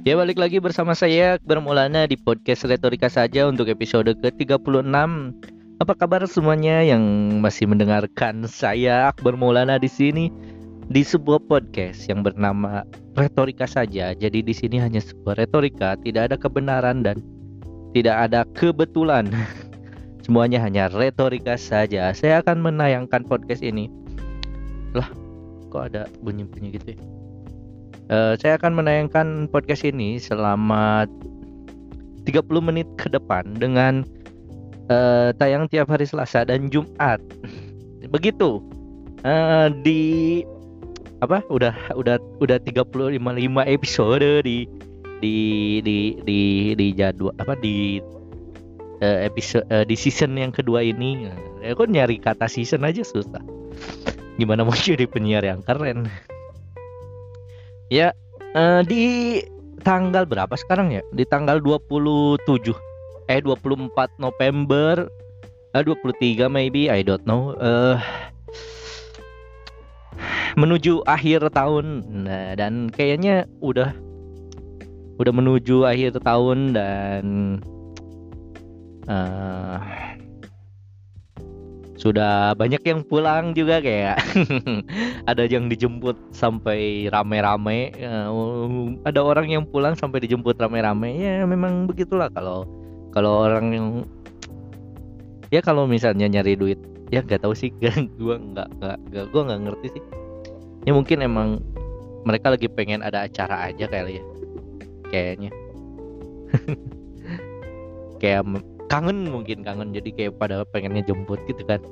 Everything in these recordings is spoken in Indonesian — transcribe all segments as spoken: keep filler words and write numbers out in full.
Ya, balik lagi bersama saya Akbar Maulana di podcast Retorika Saja untuk episode ke tiga puluh enam. Apa kabar semuanya yang masih mendengarkan saya Akbar Maulana di sini di sebuah podcast yang bernama Retorika Saja. Jadi di sini hanya sebuah retorika, tidak ada kebenaran dan tidak ada kebetulan. Semuanya hanya retorika saja. Saya akan menayangkan podcast ini. Lah, kok ada bunyi-bunyi gitu ya? Uh, saya akan menayangkan podcast ini selama tiga puluh menit ke depan dengan uh, tayang tiap hari Selasa dan Jumat. Begitu. Uh, di apa? Udah udah udah tiga puluh lima episode di di di di di jadwal apa di uh, episode uh, di season yang kedua ini. Ya, kok nyari kata season aja susah. Gimana mau jadi penyiar yang keren? Ya, uh, di tanggal berapa sekarang ya? Di tanggal dua puluh tujuh eh dua puluh empat November, uh, dua puluh tiga maybe, I don't know. Uh, menuju akhir tahun. Nah, dan kayaknya udah udah menuju akhir tahun dan uh, sudah banyak yang pulang juga kayak ada yang dijemput sampai rame-rame, uh, ada orang yang pulang sampai dijemput rame-rame. Ya memang begitulah kalau kalau orang yang ya kalau misalnya nyari duit ya nggak tahu sih gue nggak nggak gue nggak ngerti sih ya, mungkin emang mereka lagi pengen ada acara aja kali ya kayaknya. Kayak kangen mungkin kangen jadi kayak pada pengennya jemput gitu kan.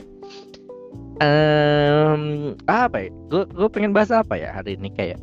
um, apa ya gue gue pengen bahas apa ya hari ini. Kayak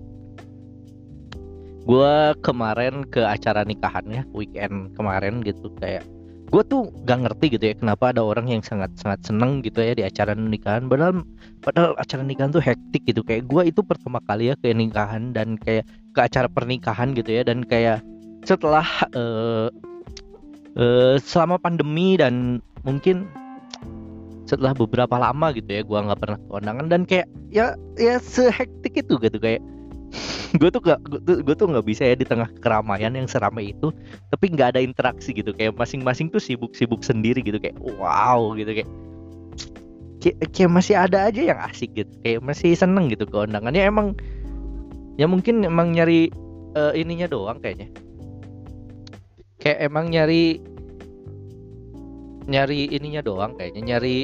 gue kemarin ke acara nikahan ya, weekend kemarin gitu. Kayak gue tuh gak ngerti gitu ya kenapa ada orang yang sangat sangat seneng gitu ya di acara nikahan, padahal padahal acara nikahan tuh hektik gitu. Kayak gue itu pertama kali ya ke nikahan dan kayak ke acara pernikahan gitu ya, dan kayak setelah uh, Uh, selama pandemi dan mungkin setelah beberapa lama gitu ya gue nggak pernah ke kondangan, dan kayak ya ya sehektik itu gitu. Kayak gue tuh gak gue tuh, gue tuh nggak bisa ya di tengah keramaian yang seramai itu tapi nggak ada interaksi gitu. Kayak masing-masing tuh sibuk-sibuk sendiri gitu. Kayak wow gitu. Kayak kayak, kayak masih ada aja yang asik gitu, kayak masih seneng gitu ke kondangannya. Emang ya mungkin emang nyari uh, ininya doang kayaknya. Kayak emang nyari nyari ininya doang kayaknya, nyari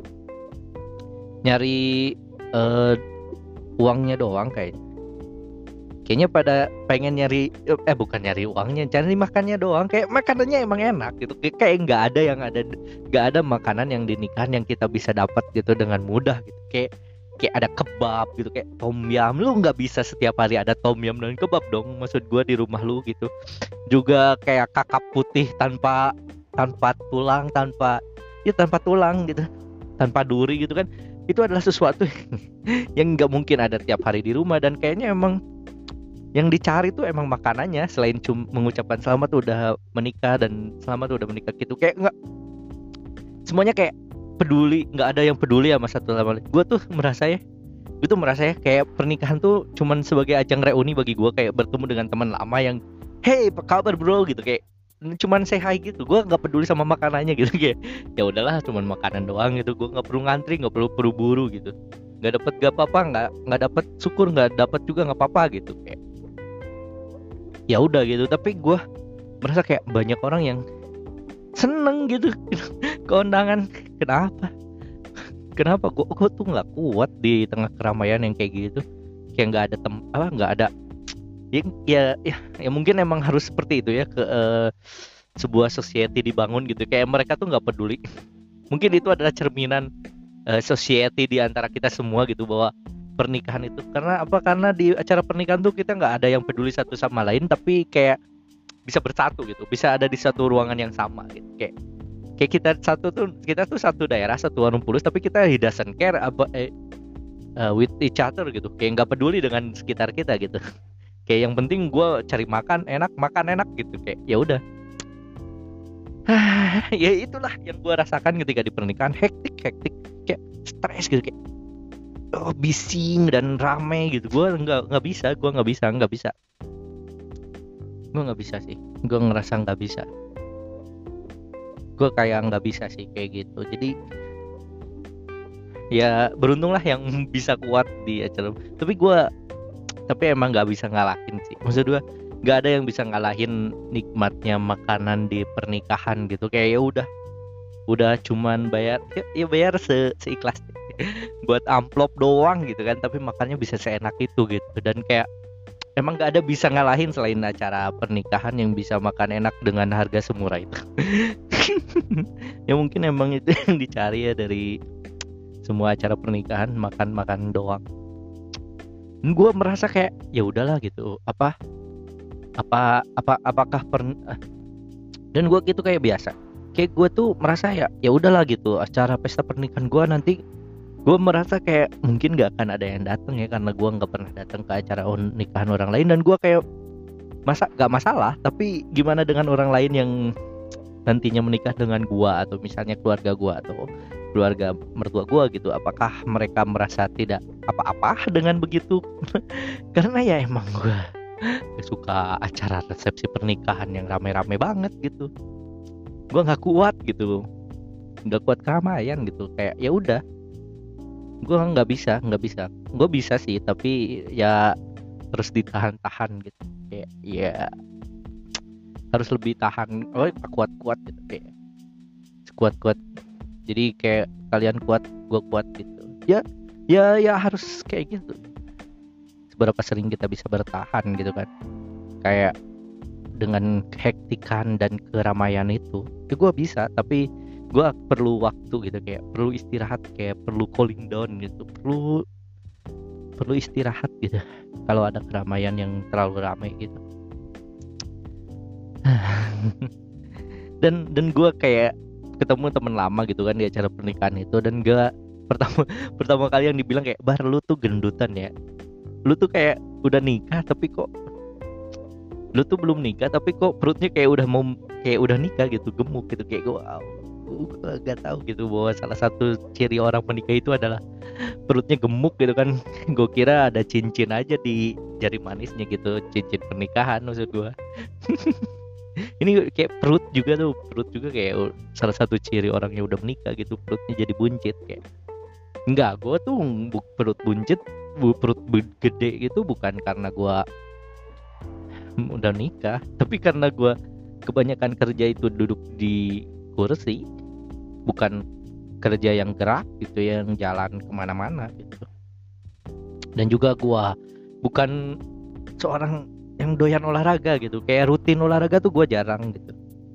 nyari uh, uangnya doang kayaknya. Kayaknya pada pengen nyari eh bukan nyari uangnya, cari makannya doang. Kayak makanannya emang enak gitu. Kayak kayak nggak ada yang ada nggak ada makanan yang di nikahan yang kita bisa dapat gitu dengan mudah gitu. Kayak kayak ada kebab gitu, kayak tom yum. Lu nggak bisa setiap hari ada tom yum dan kebab dong, maksud gua di rumah lu gitu. Juga kayak kakap putih tanpa tanpa tulang, tanpa ya tanpa tulang gitu, tanpa duri gitu kan. Itu adalah sesuatu yang nggak mungkin ada tiap hari di rumah. Dan kayaknya emang yang dicari tuh emang makanannya, selain cuma mengucapkan selamat udah menikah dan selamat udah menikah gitu. Kayak nggak semuanya kayak peduli, nggak ada yang peduli sama satu sama lain. Gue tuh merasa ya gue tuh merasa ya kayak pernikahan tuh cuman sebagai ajang reuni bagi gue, kayak bertemu dengan teman lama yang hey apa kabar bro gitu. Kayak cuman say hi gitu. Gue nggak peduli sama makanannya gitu. Kayak ya udahlah cuman makanan doang gitu. Gue nggak perlu ngantri, nggak perlu buru-buru gitu. Nggak dapet gak apa-apa, nggak nggak dapet syukur, nggak dapet juga nggak apa-apa gitu. Kayak ya udah gitu. Tapi gue merasa kayak banyak orang yang seneng gitu keundangan. Kenapa? Kenapa kok kok tuh nggak kuat di tengah keramaian yang kayak gitu? Kayak nggak ada tem apa nggak ada ya, ya ya ya mungkin emang harus seperti itu ya, ke uh, sebuah society dibangun gitu. Kayak mereka tuh nggak peduli. Mungkin itu adalah cerminan uh, society di antara kita semua gitu, bahwa pernikahan itu karena apa? Karena di acara pernikahan tuh kita nggak ada yang peduli satu sama lain, tapi kayak bisa bersatu gitu, bisa ada di satu ruangan yang sama gitu. Kayak kayak kita satu tuh kita tuh satu daerah, satu Warung Pulus, tapi kita he doesn't care apa eh, uh, with each other gitu. Kayak nggak peduli dengan sekitar kita gitu. Kayak yang penting gue cari makan enak, makan enak gitu. Kayak ya udah. Ya itulah yang gue rasakan ketika di pernikahan. Hektik hektik kayak stres gitu. Kayak oh, bising dan rame gitu. Gue nggak nggak bisa, gue nggak bisa, nggak bisa. Gue nggak bisa sih, gue ngerasa nggak bisa, gue kayak nggak bisa sih kayak gitu. Jadi ya beruntunglah yang bisa kuat di acara, tapi gue tapi emang nggak bisa ngalahin sih, maksud gue nggak ada yang bisa ngalahin nikmatnya makanan di pernikahan gitu. Kayak ya udah udah cuman bayar ya, ya bayar se seikhlasnya buat amplop doang gitu kan, tapi makannya bisa seenak itu gitu. Dan kayak emang nggak ada bisa ngalahin selain acara pernikahan yang bisa makan enak dengan harga semurah itu. Ya mungkin emang itu yang dicari ya dari semua acara pernikahan, makan-makan doang. Gue merasa kayak ya udahlah gitu, apa apa apa apakah pernah, dan gue gitu kayak biasa, kayak gue tuh merasa ya ya udahlah gitu, acara pesta pernikahan gue nanti gue merasa kayak mungkin gak akan ada yang datang ya, karena gue nggak pernah datang ke acara nikahan orang lain. Dan gue kayak masa gak masalah, tapi gimana dengan orang lain yang nantinya menikah dengan gue, atau misalnya keluarga gue atau keluarga mertua gue gitu, apakah mereka merasa tidak apa-apa dengan begitu? Karena ya emang gue suka acara resepsi pernikahan yang rame-rame banget gitu, gue nggak kuat gitu, nggak kuat keramaian gitu. Kayak ya udah, gue nggak bisa nggak bisa gue bisa sih, tapi ya harus ditahan-tahan gitu. Kayak ya harus lebih tahan, oh kuat-kuat gitu, kayak kuat-kuat. Jadi kayak kalian kuat, gue kuat gitu. Ya, ya, ya harus kayak gitu. Seberapa sering kita bisa bertahan gitu kan? Kayak dengan kehektikan dan keramaian itu, ya gue bisa, tapi gue perlu waktu gitu, kayak perlu istirahat, kayak perlu cooling down gitu, perlu perlu istirahat gitu. Kalau ada keramaian yang terlalu ramai gitu. dan dan gue kayak ketemu temen lama gitu kan di acara pernikahan itu, dan gak pertama pertama kali yang dibilang kayak, "Bar, lu tuh gendutan ya, lu tuh kayak udah nikah tapi kok lu tuh belum nikah tapi kok perutnya kayak udah mau kayak udah nikah gitu, gemuk gitu." Kayak gue wow, gue gak tahu gitu bahwa salah satu ciri orang menikah itu adalah perutnya gemuk gitu kan. Gue kira ada cincin aja di jari manisnya gitu, cincin pernikahan maksud gue. Ini kayak perut juga tuh, perut juga kayak salah satu ciri orang yang udah menikah gitu, perutnya jadi buncit. Kayak enggak, gue tuh bu- perut buncit, bu- perut bu- gede gitu bukan karena gue udah nikah, tapi karena gue kebanyakan kerja itu duduk di kursi, bukan kerja yang gerak gitu, yang jalan kemana-mana gitu. Dan juga gue bukan seorang yang doyan olahraga gitu, kayak rutin olahraga tuh gue jarang gitu.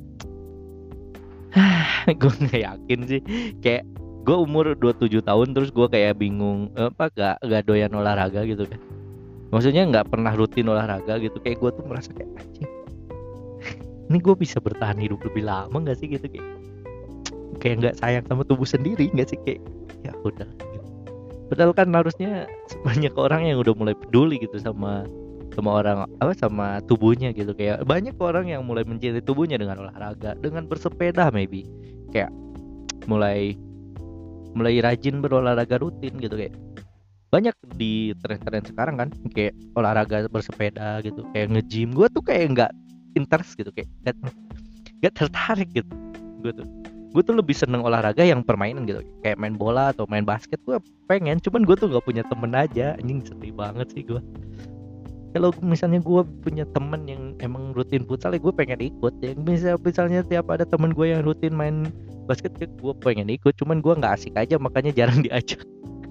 Gue nggak yakin sih, kayak gue umur dua puluh tujuh tahun terus gue kayak bingung apa gak gak doyan olahraga gitu kan. Maksudnya nggak pernah rutin olahraga gitu. Kayak gue tuh merasa kayak anjing, ini gue bisa bertahan hidup lebih lama nggak sih gitu, kayak kayak nggak sayang sama tubuh sendiri nggak sih, kayak ya udah gitu. Padahal kan harusnya banyak orang yang udah mulai peduli gitu sama sama orang apa sama tubuhnya gitu. Kayak banyak orang yang mulai mencintai tubuhnya dengan olahraga, dengan bersepeda maybe, kayak mulai mulai rajin berolahraga rutin gitu. Kayak banyak di tren-tren sekarang kan kayak olahraga bersepeda gitu, kayak nge-gym. Gue tuh kayak nggak interest gitu, kayak nggak nggak tertarik gitu. Gue tuh gue tuh lebih seneng olahraga yang permainan gitu, kayak main bola atau main basket. Gue pengen, cuman gue tuh nggak punya temen aja. Anjing, sedih banget sih gue. Kalau misalnya gue punya temen yang emang rutin futsal ya gue pengen ikut. Yang misal misalnya tiap ada temen gue yang rutin main basket ya gue pengen ikut, cuman gue nggak asik aja, makanya jarang diajak.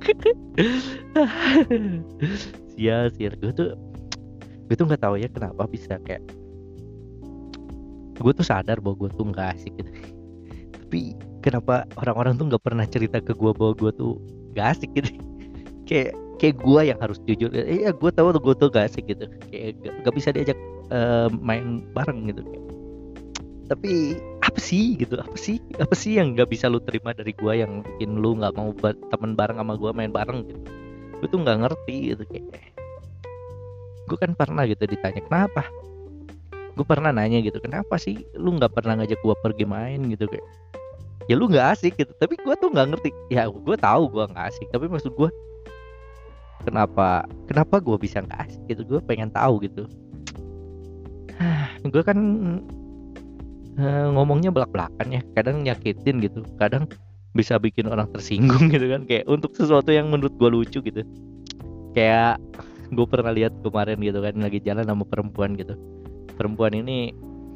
Sia-sia gue tuh gue tuh nggak tahu ya kenapa bisa kayak gue tuh sadar bahwa gue tuh nggak asik gitu. Tapi kenapa orang-orang tuh nggak pernah cerita ke gue bahwa gue tuh nggak asik gitu. Kayak kayak gue yang harus jujur, eh ya gue tahu tuh gue tuh gak asik gitu, kayak gak, gak bisa diajak uh, main bareng gitu. Kayak, tapi apa sih gitu, apa sih apa sih yang gak bisa lu terima dari gue yang bikin lu nggak mau ber- temen bareng sama gue, main bareng gitu. Gue tuh nggak ngerti gitu. Kayak gue kan pernah gitu ditanya kenapa, gue pernah nanya gitu, kenapa sih lu nggak pernah ngajak gue pergi main gitu. Kayak ya lu nggak asik gitu. Tapi gue tuh nggak ngerti, ya gue tahu gue nggak asik, tapi maksud gue kenapa kenapa gue bisa nggak asik gitu, gue pengen tahu gitu. gue kan uh, ngomongnya belak-belakan ya, kadang nyakitin gitu, kadang bisa bikin orang tersinggung gitu kan, kayak untuk sesuatu yang menurut gue lucu gitu. Kayak gue pernah lihat kemarin gitu kan, lagi jalan sama perempuan gitu, perempuan ini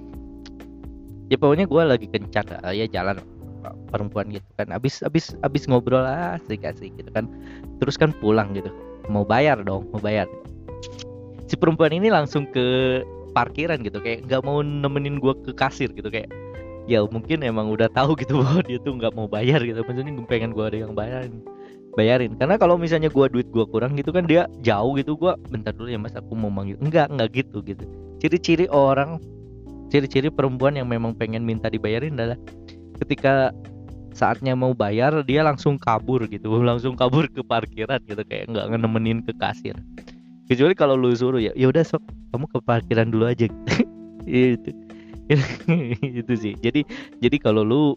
ya pokoknya gue lagi kencan lah, ya jalan perempuan gitu kan, abis abis abis ngobrol lah asik-asik gitu kan, terus kan pulang gitu, mau bayar dong, mau bayar. Si perempuan ini langsung ke parkiran gitu, kayak nggak mau nemenin gue ke kasir gitu, kayak ya mungkin emang udah tahu gitu bahwa dia tuh nggak mau bayar gitu, maksudnya gue pengen gue ada yang bayarin bayarin karena kalau misalnya gue duit gue kurang gitu kan, dia jauh gitu, gue bentar dulu ya mas aku mau manggil, enggak enggak gitu gitu. Ciri-ciri orang, ciri-ciri perempuan yang memang pengen minta dibayarin adalah ketika saatnya mau bayar dia langsung kabur gitu, langsung kabur ke parkiran gitu, kayak nggak nemenin ke kasir. Kecuali kalau lu suruh ya, ya udah sok kamu ke parkiran dulu aja gitu. Itu itu sih. Jadi jadi kalau lu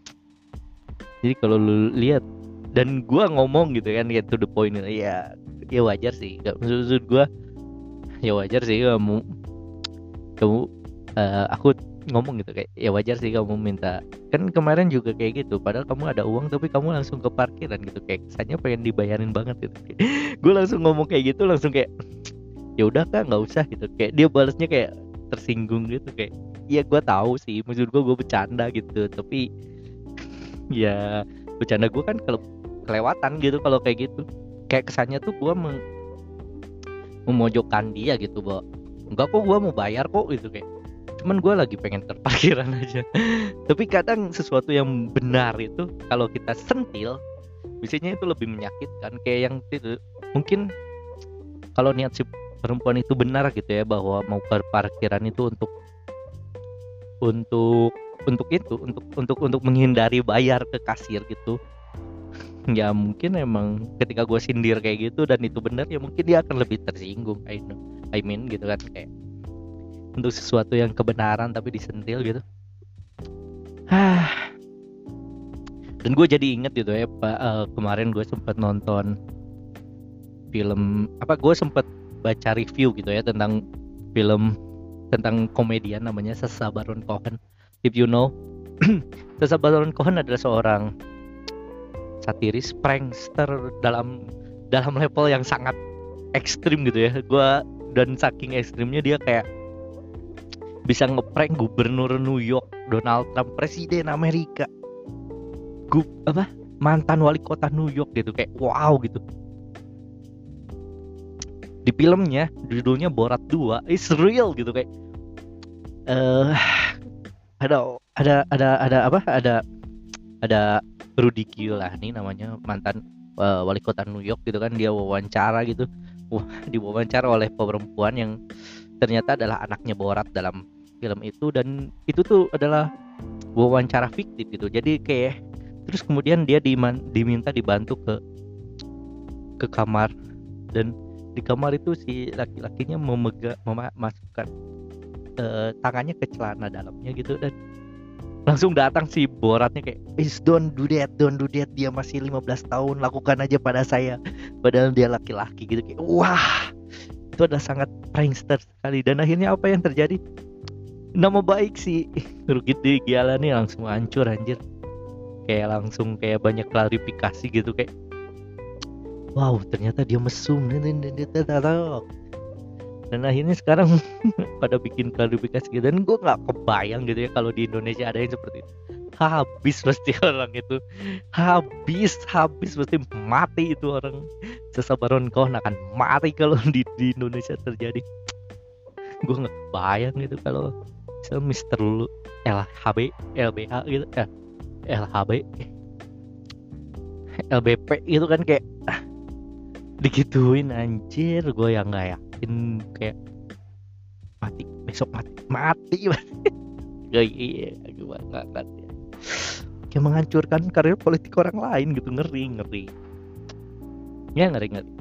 jadi kalau lu lihat, dan gua ngomong gitu kan, get to the point ya, ya wajar sih. Gak, maksud gua ya wajar sih kamu kamu uh, aku ngomong gitu, kayak ya wajar sih kamu minta, kan kemarin juga kayak gitu, padahal kamu ada uang tapi kamu langsung ke parkiran gitu, kayak kesannya pengen dibayarin banget gitu. Gue langsung ngomong kayak gitu, langsung kayak ya udah kak nggak usah gitu, kayak dia balasnya kayak tersinggung gitu, kayak iya gue tahu sih, maksud gue gue bercanda gitu, tapi ya bercanda gue kan kalau kelewatan gitu kalau kayak gitu, kayak kesannya tuh gue mem- memojokkan dia gitu, bahwa enggak kok gue mau bayar kok gitu, kayak cuman gue lagi pengen ke parkiran aja. Tapi kadang sesuatu yang benar itu kalau kita sentil, biasanya itu lebih menyakitkan. Kayak yang itu mungkin kalau niat si perempuan itu benar gitu ya, bahwa mau ke parkiran itu untuk untuk untuk itu untuk untuk untuk menghindari bayar ke kasir gitu. Ya mungkin emang ketika gue sindir kayak gitu dan itu benar, ya mungkin dia akan lebih tersinggung. I know, I mean gitu kan, kayak untuk sesuatu yang kebenaran tapi disentil gitu. Hah. Dan gue jadi inget gitu ya Pak, uh, kemarin gue sempat nonton film apa, gue sempat baca review gitu ya tentang film tentang komedian namanya Sacha Baron Cohen. If you know, Sacha Baron Cohen adalah seorang satiris, prankster dalam dalam level yang sangat ekstrim gitu ya. Gue dan saking ekstrimnya dia kayak bisa ngeprank gubernur New York, Donald Trump, presiden Amerika, Gub, apa mantan wali kota New York gitu, kayak wow gitu. Di filmnya judulnya Borat dua, it's real gitu, kayak uh, ada ada ada ada apa ada ada Rudy Giuliani namanya, mantan uh, wali kota New York gitu kan, dia wawancara gitu, wah diwawancara oleh perempuan yang ternyata adalah anaknya Borat dalam film itu, dan itu tuh adalah wawancara fiktif gitu. Jadi kayak terus kemudian dia diman, diminta dibantu ke ke kamar, dan di kamar itu si laki-lakinya memegang memasukkan uh, tangannya ke celana dalamnya gitu, dan langsung datang si Boratnya kayak, please don't do that, don't do that, dia masih lima belas tahun, lakukan aja pada saya, padahal dia laki-laki gitu, kayak wah itu adalah sangat prankster sekali. Dan akhirnya apa yang terjadi, nama baik si Rudy Giuliani langsung hancur anjir, kayak langsung kayak banyak klarifikasi gitu, kayak wow ternyata dia mesum, dan akhirnya sekarang pada bikin klarifikasi gitu. Dan gue nggak kebayang gitu ya kalau di Indonesia ada yang seperti itu, habis pasti orang itu, habis habis pasti mati itu orang. Sacha Baron Cohen akan mati kalau di, di Indonesia terjadi. Gue nggak kebayang gitu kalau mister L H B L B H gitu, eh, L H B L B P gitu kan, kayak ah, digituin anjir. Gue yang nggak yakin, kayak mati besok mati mati gak, iya gue nggak ngerti, kayak menghancurkan karir politik orang lain gitu. Ngeri ngeri ya, ngeri ngeri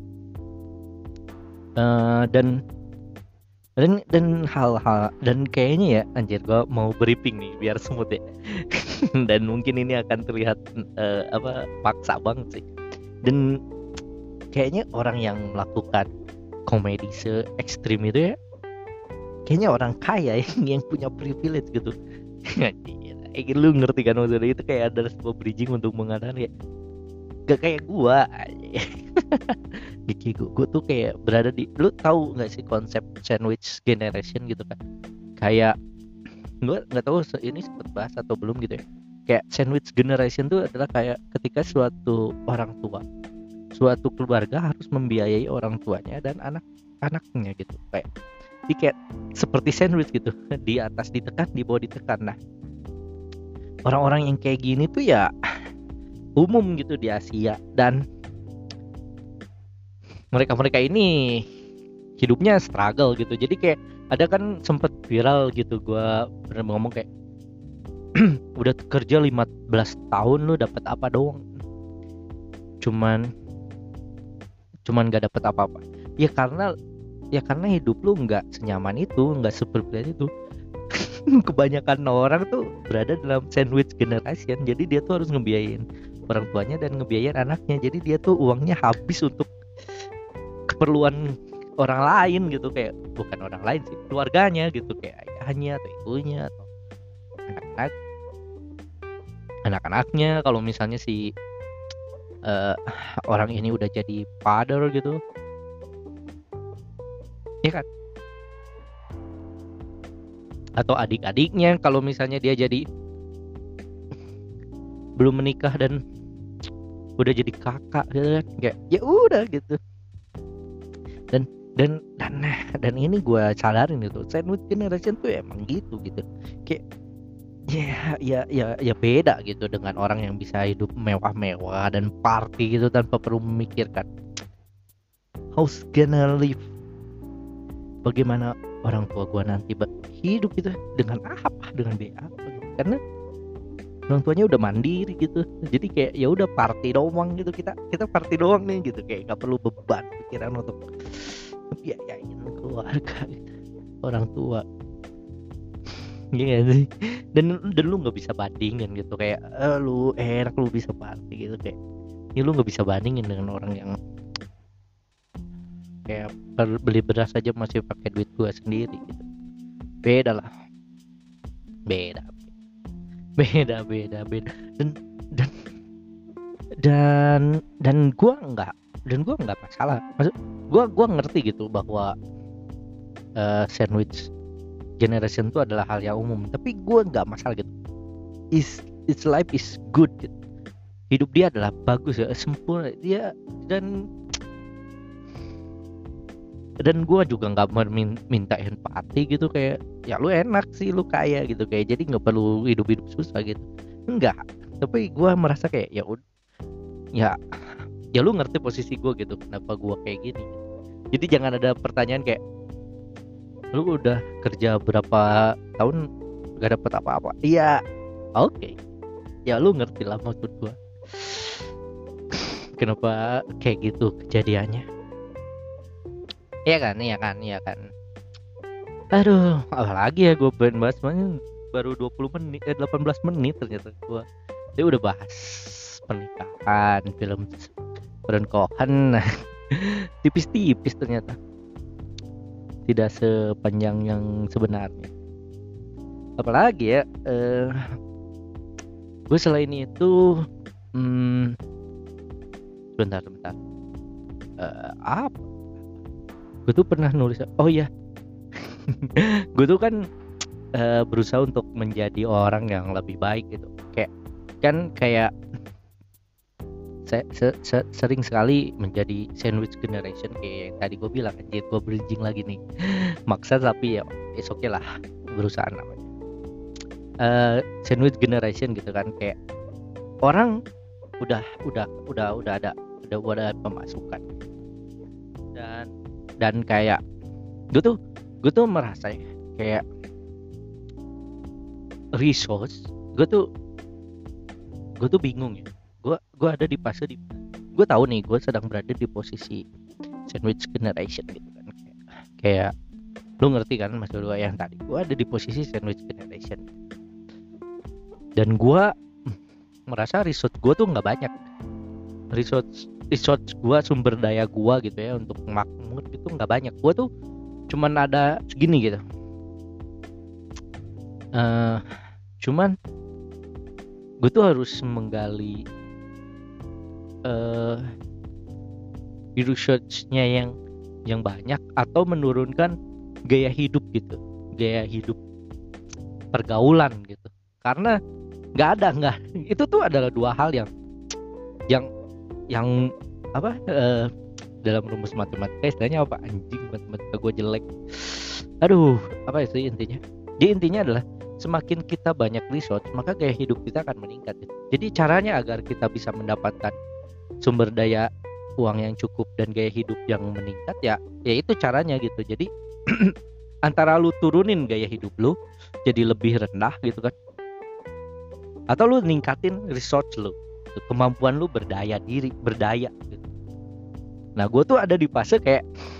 uh, dan dan dan hal-hal, dan kayaknya ya anjir gue mau briefing nih biar smooth ya. Dan mungkin ini akan terlihat uh, apa paksa banget sih, dan kayaknya orang yang melakukan komedi se ekstrim itu ya kayaknya orang kaya yang, yang punya privilege gitu. Kayak lu ngerti kan maksudnya, itu kayak ada sebuah bridging untuk mengatakan kayak gak kayak gua. Gigi gua, gua tuh kayak berada di, lu tahu nggak sih konsep sandwich generation gitu kan? Kayak gua nggak tahu ini sempet bahas atau belum gitu ya. Kayak sandwich generation tuh adalah kayak ketika suatu orang tua, suatu keluarga harus membiayai orang tuanya dan anak-anaknya gitu. Kayak di kayak seperti sandwich gitu, di atas ditekan, di bawah ditekan. Nah, orang-orang yang kayak gini tuh ya umum gitu di Asia, dan mereka-mereka ini hidupnya struggle gitu. Jadi kayak ada kan sempet viral gitu, gua pernah ngomong kayak udah kerja lima belas tahun lu dapat apa doang? Cuman cuman gak dapat apa-apa. Ya karena ya karena hidup lu nggak senyaman itu, nggak seprivilege itu. Kebanyakan orang tuh berada dalam sandwich generation. Jadi dia tuh harus ngebiayain orang tuanya dan ngebiayain anaknya. Jadi dia tuh uangnya habis untuk keperluan orang lain gitu, kayak bukan orang lain sih, keluarganya gitu, kayak ayahnya atau ibunya atau anak-anak anak-anaknya. Kalau misalnya si uh, orang ini udah jadi father gitu, ya kan, atau adik-adiknya kalau misalnya dia jadi belum menikah dan udah jadi kakak gitu kan, kayak ya udah gitu. Dan dan dan dan ini gue sadarin gitu, sandwich generation tuh emang gitu gitu, kayak ya ya ya ya beda gitu dengan orang yang bisa hidup mewah-mewah dan party gitu tanpa perlu memikirkan how's gonna live, bagaimana orang tua gue nanti hidup gitu, dengan apa, dengan biaya apa gitu. Karena orang tuanya udah mandiri gitu, jadi kayak ya udah party doang gitu, kita kita party doang nih gitu, kayak nggak perlu beban pikiran untuk biayain keluarga gitu, orang tua. Iya sih. Dan dan lu nggak bisa bandingin gitu, kayak eh, lu enak lu bisa party gitu, kayak ini lu nggak bisa bandingin dengan orang yang kayak beli beras aja masih pakai duit gua sendiri gitu. Beda lah, beda beda beda beda dan dan dan dan gua nggak dan gua nggak masalah, maksud gua gua ngerti gitu bahwa uh, sandwich generation itu adalah hal yang umum, tapi gue nggak masalah gitu. Is its life is good gitu. Hidup dia adalah bagus ya, sempurna dia, dan dan gue juga nggak minta empati gitu, kayak ya lu enak sih, lu kaya gitu, kayak jadi nggak perlu hidup-hidup susah gitu, enggak. Tapi gue merasa kayak ya udah, ya ya lu ngerti posisi gue gitu, kenapa gue kayak gini. Jadi jangan ada pertanyaan kayak lu udah kerja berapa tahun gak dapet apa-apa. Iya, oke okay. Ya lu ngerti lah maksud gua kenapa kayak gitu kejadiannya. Iya kan, iya kan, iya kan. Aduh, apalagi ya gue pengen bahas, baru dua puluh menit, eh, delapan belas menit ternyata gua. Dia udah bahas pernikahan, film perengkohan, tipis-tipis ternyata. Tidak sepanjang yang sebenarnya. Apalagi ya, uh, gue selain itu, hmm, sebentar, sebentar. Uh, apa? Gue tuh pernah nulis. Oh ya, gue tuh kan uh, berusaha untuk menjadi orang yang lebih baik gitu. Kayak kan kayak Se, se, se, sering sekali menjadi sandwich generation kayak yang tadi gue bilang, anjir gue bridging lagi nih maksa, tapi ya it's okay lah, berusaha namanya. Uh, sandwich generation gitu kan, kayak orang udah udah udah udah ada udah udah ada pemasukan, dan dan kayak gue tuh gue tuh merasa ya, kayak resource gue tuh gue tuh bingung ya. Gue gue ada di fase di gue tahu nih gue sedang berada di posisi sandwich generation gitu kan, kayak, kayak lu ngerti kan maksud gue yang tadi, gue ada di posisi sandwich generation, dan gue merasa resource gue tuh nggak banyak, resource resource gue, sumber daya gue gitu ya untuk makmur gitu nggak banyak. Gue tuh cuman ada segini gitu, uh, cuman gue tuh harus menggali uh, research-nya yang yang banyak atau menurunkan gaya hidup gitu, gaya hidup pergaulan gitu. Karena nggak ada nggak itu tuh adalah dua hal yang yang yang apa uh, dalam rumus matematika istilahnya apa, anjing matematika gue jelek, aduh apa sih intinya. Jadi intinya adalah semakin kita banyak research maka gaya hidup kita akan meningkat gitu. Jadi caranya agar kita bisa mendapatkan sumber daya uang yang cukup dan gaya hidup yang meningkat ya ya itu caranya gitu. Jadi antara lu turunin gaya hidup lu jadi lebih rendah gitu kan, atau lu ningkatin research lu, kemampuan lu berdaya diri, berdaya gitu. Nah gue tuh ada di fase kayak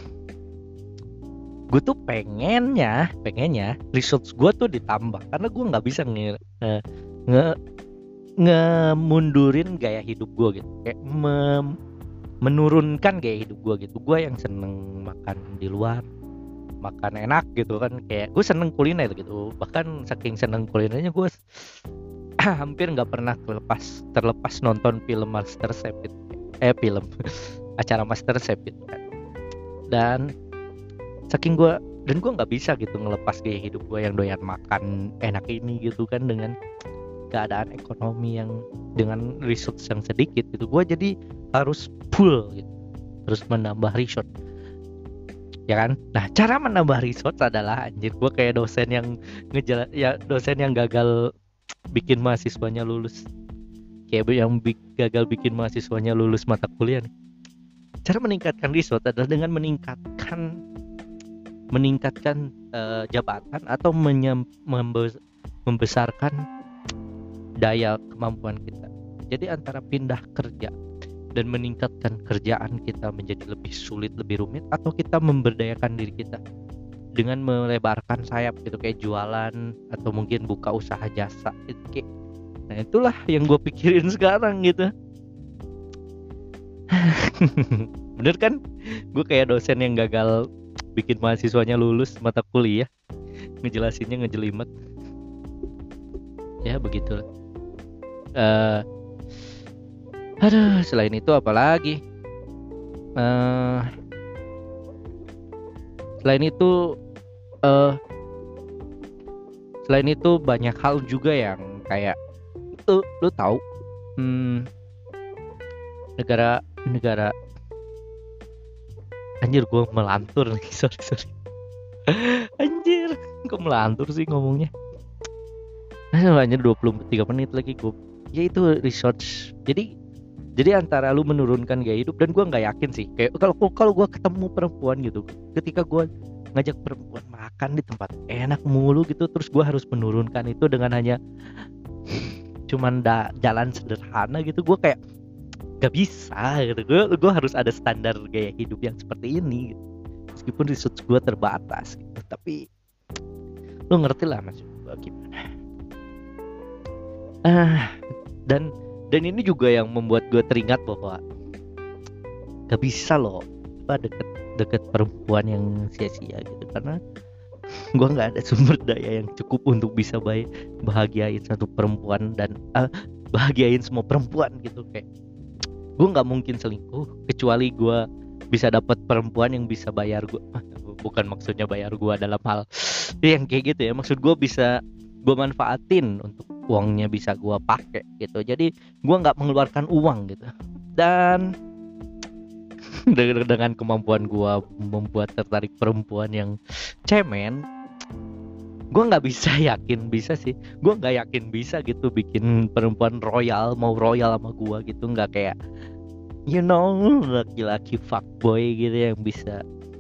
gue tuh pengennya pengennya research gue tuh ditambah karena gue nggak bisa nge, nge ngemundurin gaya hidup gue gitu, kayak mem, menurunkan gaya hidup gue gitu. Gue yang seneng makan di luar, makan enak gitu kan, kayak gue seneng kuliner gitu. Bahkan saking seneng kulinernya gue hampir nggak pernah terlepas terlepas nonton film MasterChef gitu. eh film acara MasterChef gitu kan. Dan saking gue dan gue nggak bisa gitu ngelepas gaya hidup gue yang doyan makan enak ini gitu kan dengan keadaan ekonomi yang dengan research yang sedikit gitu. Gue jadi harus full gitu, terus menambah research ya kan. Nah cara menambah research adalah anjir gue kayak dosen yang ngejalan ya, dosen yang gagal bikin mahasiswanya lulus, kayak yang bi- gagal bikin mahasiswanya lulus mata kuliah nih. Cara meningkatkan research adalah dengan meningkatkan meningkatkan uh, jabatan atau menyem, membes, membesarkan daya kemampuan kita. Jadi antara pindah kerja dan meningkatkan kerjaan kita menjadi lebih sulit, lebih rumit, atau kita memberdayakan diri kita dengan melebarkan sayap gitu, kayak jualan atau mungkin buka usaha jasa itu kayak. Nah itulah yang gue pikirin sekarang gitu. Bener kan? Gue kayak dosen yang gagal bikin mahasiswanya lulus mata kuliah, ngejelasinnya ngejelimet. Ya begitu. Uh, aduh, selain itu apa lagi? Uh, selain itu, uh, selain itu banyak hal juga yang kayak lu, lu tahu, hmm, negara negara anjir gue melantur nih, sorry sorry. Anjir, kok melantur sih ngomongnya. Hanya dua puluh tiga menit lagi gue. Ya itu research. Jadi jadi antara lu menurunkan gaya hidup, dan gue nggak yakin sih. Kayak kalau kalau gue ketemu perempuan gitu, ketika gue ngajak perempuan makan di tempat enak mulu gitu, terus gue harus menurunkan itu dengan hanya cuman da, jalan sederhana gitu, gue kayak gak bisa gitu. Gue gue harus ada standar gaya hidup yang seperti ini gitu. Meskipun research gue terbatas gitu, tapi lu ngerti lah maksud gue gimana. Ah, dan dan ini juga yang membuat gue teringat bahwa gak bisa loh apa deket deket perempuan yang sia-sia gitu, karena gue nggak ada sumber daya yang cukup untuk bisa baik bahagiain satu perempuan dan uh, bahagiain semua perempuan gitu. Kayak gue nggak mungkin selingkuh kecuali gue bisa dapat perempuan yang bisa bayar gue. Bukan maksudnya bayar gue dalam hal yang kayak gitu ya, maksud gue bisa gue manfaatin untuk uangnya bisa gue pakai gitu. Jadi gue nggak mengeluarkan uang gitu, dan dengan kemampuan gue membuat tertarik perempuan yang cemen, gue nggak bisa yakin bisa sih gue nggak yakin bisa gitu bikin perempuan royal mau royal sama gue gitu. Nggak kayak you know laki-laki fuckboy gitu yang bisa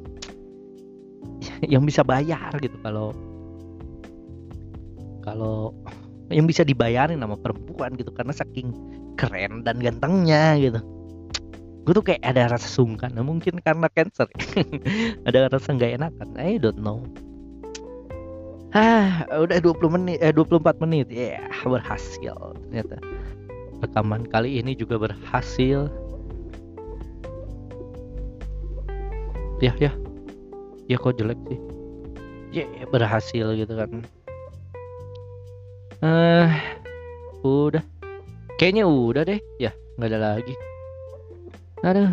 yang bisa bayar gitu, kalau kalau yang bisa dibayarin sama perempuan gitu karena saking keren dan gantengnya gitu. Gue tuh kayak ada rasa sungkan, nah, mungkin karena cancer. Ada rasa nggak enakan, I don't know. Ah, udah dua puluh menit, eh dua puluh empat menit, ya yeah, berhasil ternyata. Rekaman kali ini juga berhasil. Ya ya, ya kok jelek sih. Ya yeah, berhasil gitu kan. Eh, udah. Kayaknya udah deh. Ya, nggak ada lagi. Aduh.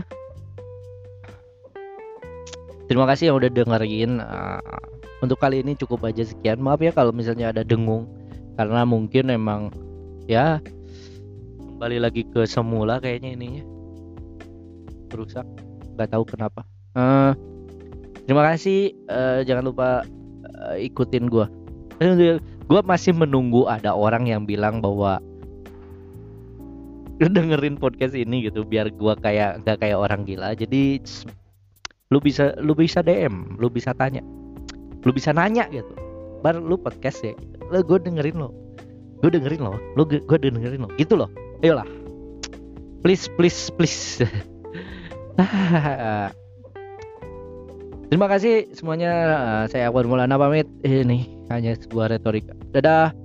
Terima kasih yang udah dengerin. Uh, untuk kali ini cukup aja sekian. Maaf ya kalau misalnya ada dengung, karena mungkin emang ya kembali lagi ke semula kayaknya ininya rusak. Nggak tahu kenapa. Uh, terima kasih. Uh, jangan lupa uh, ikutin gua. Gua masih menunggu ada orang yang bilang bahwa dengerin podcast ini gitu, biar gua kayak nggak kayak orang gila. Jadi lu bisa lu bisa D M, lu bisa tanya, lu bisa nanya gitu. Bar lu podcast ya, lu gue dengerin lo, gue dengerin lo, lu gue dengerin lo, gitu loh. Ayolah, please please please. Terima kasih semuanya. Saya Akbar Maulana pamit. Ini hanya sebuah retorika. Dadah.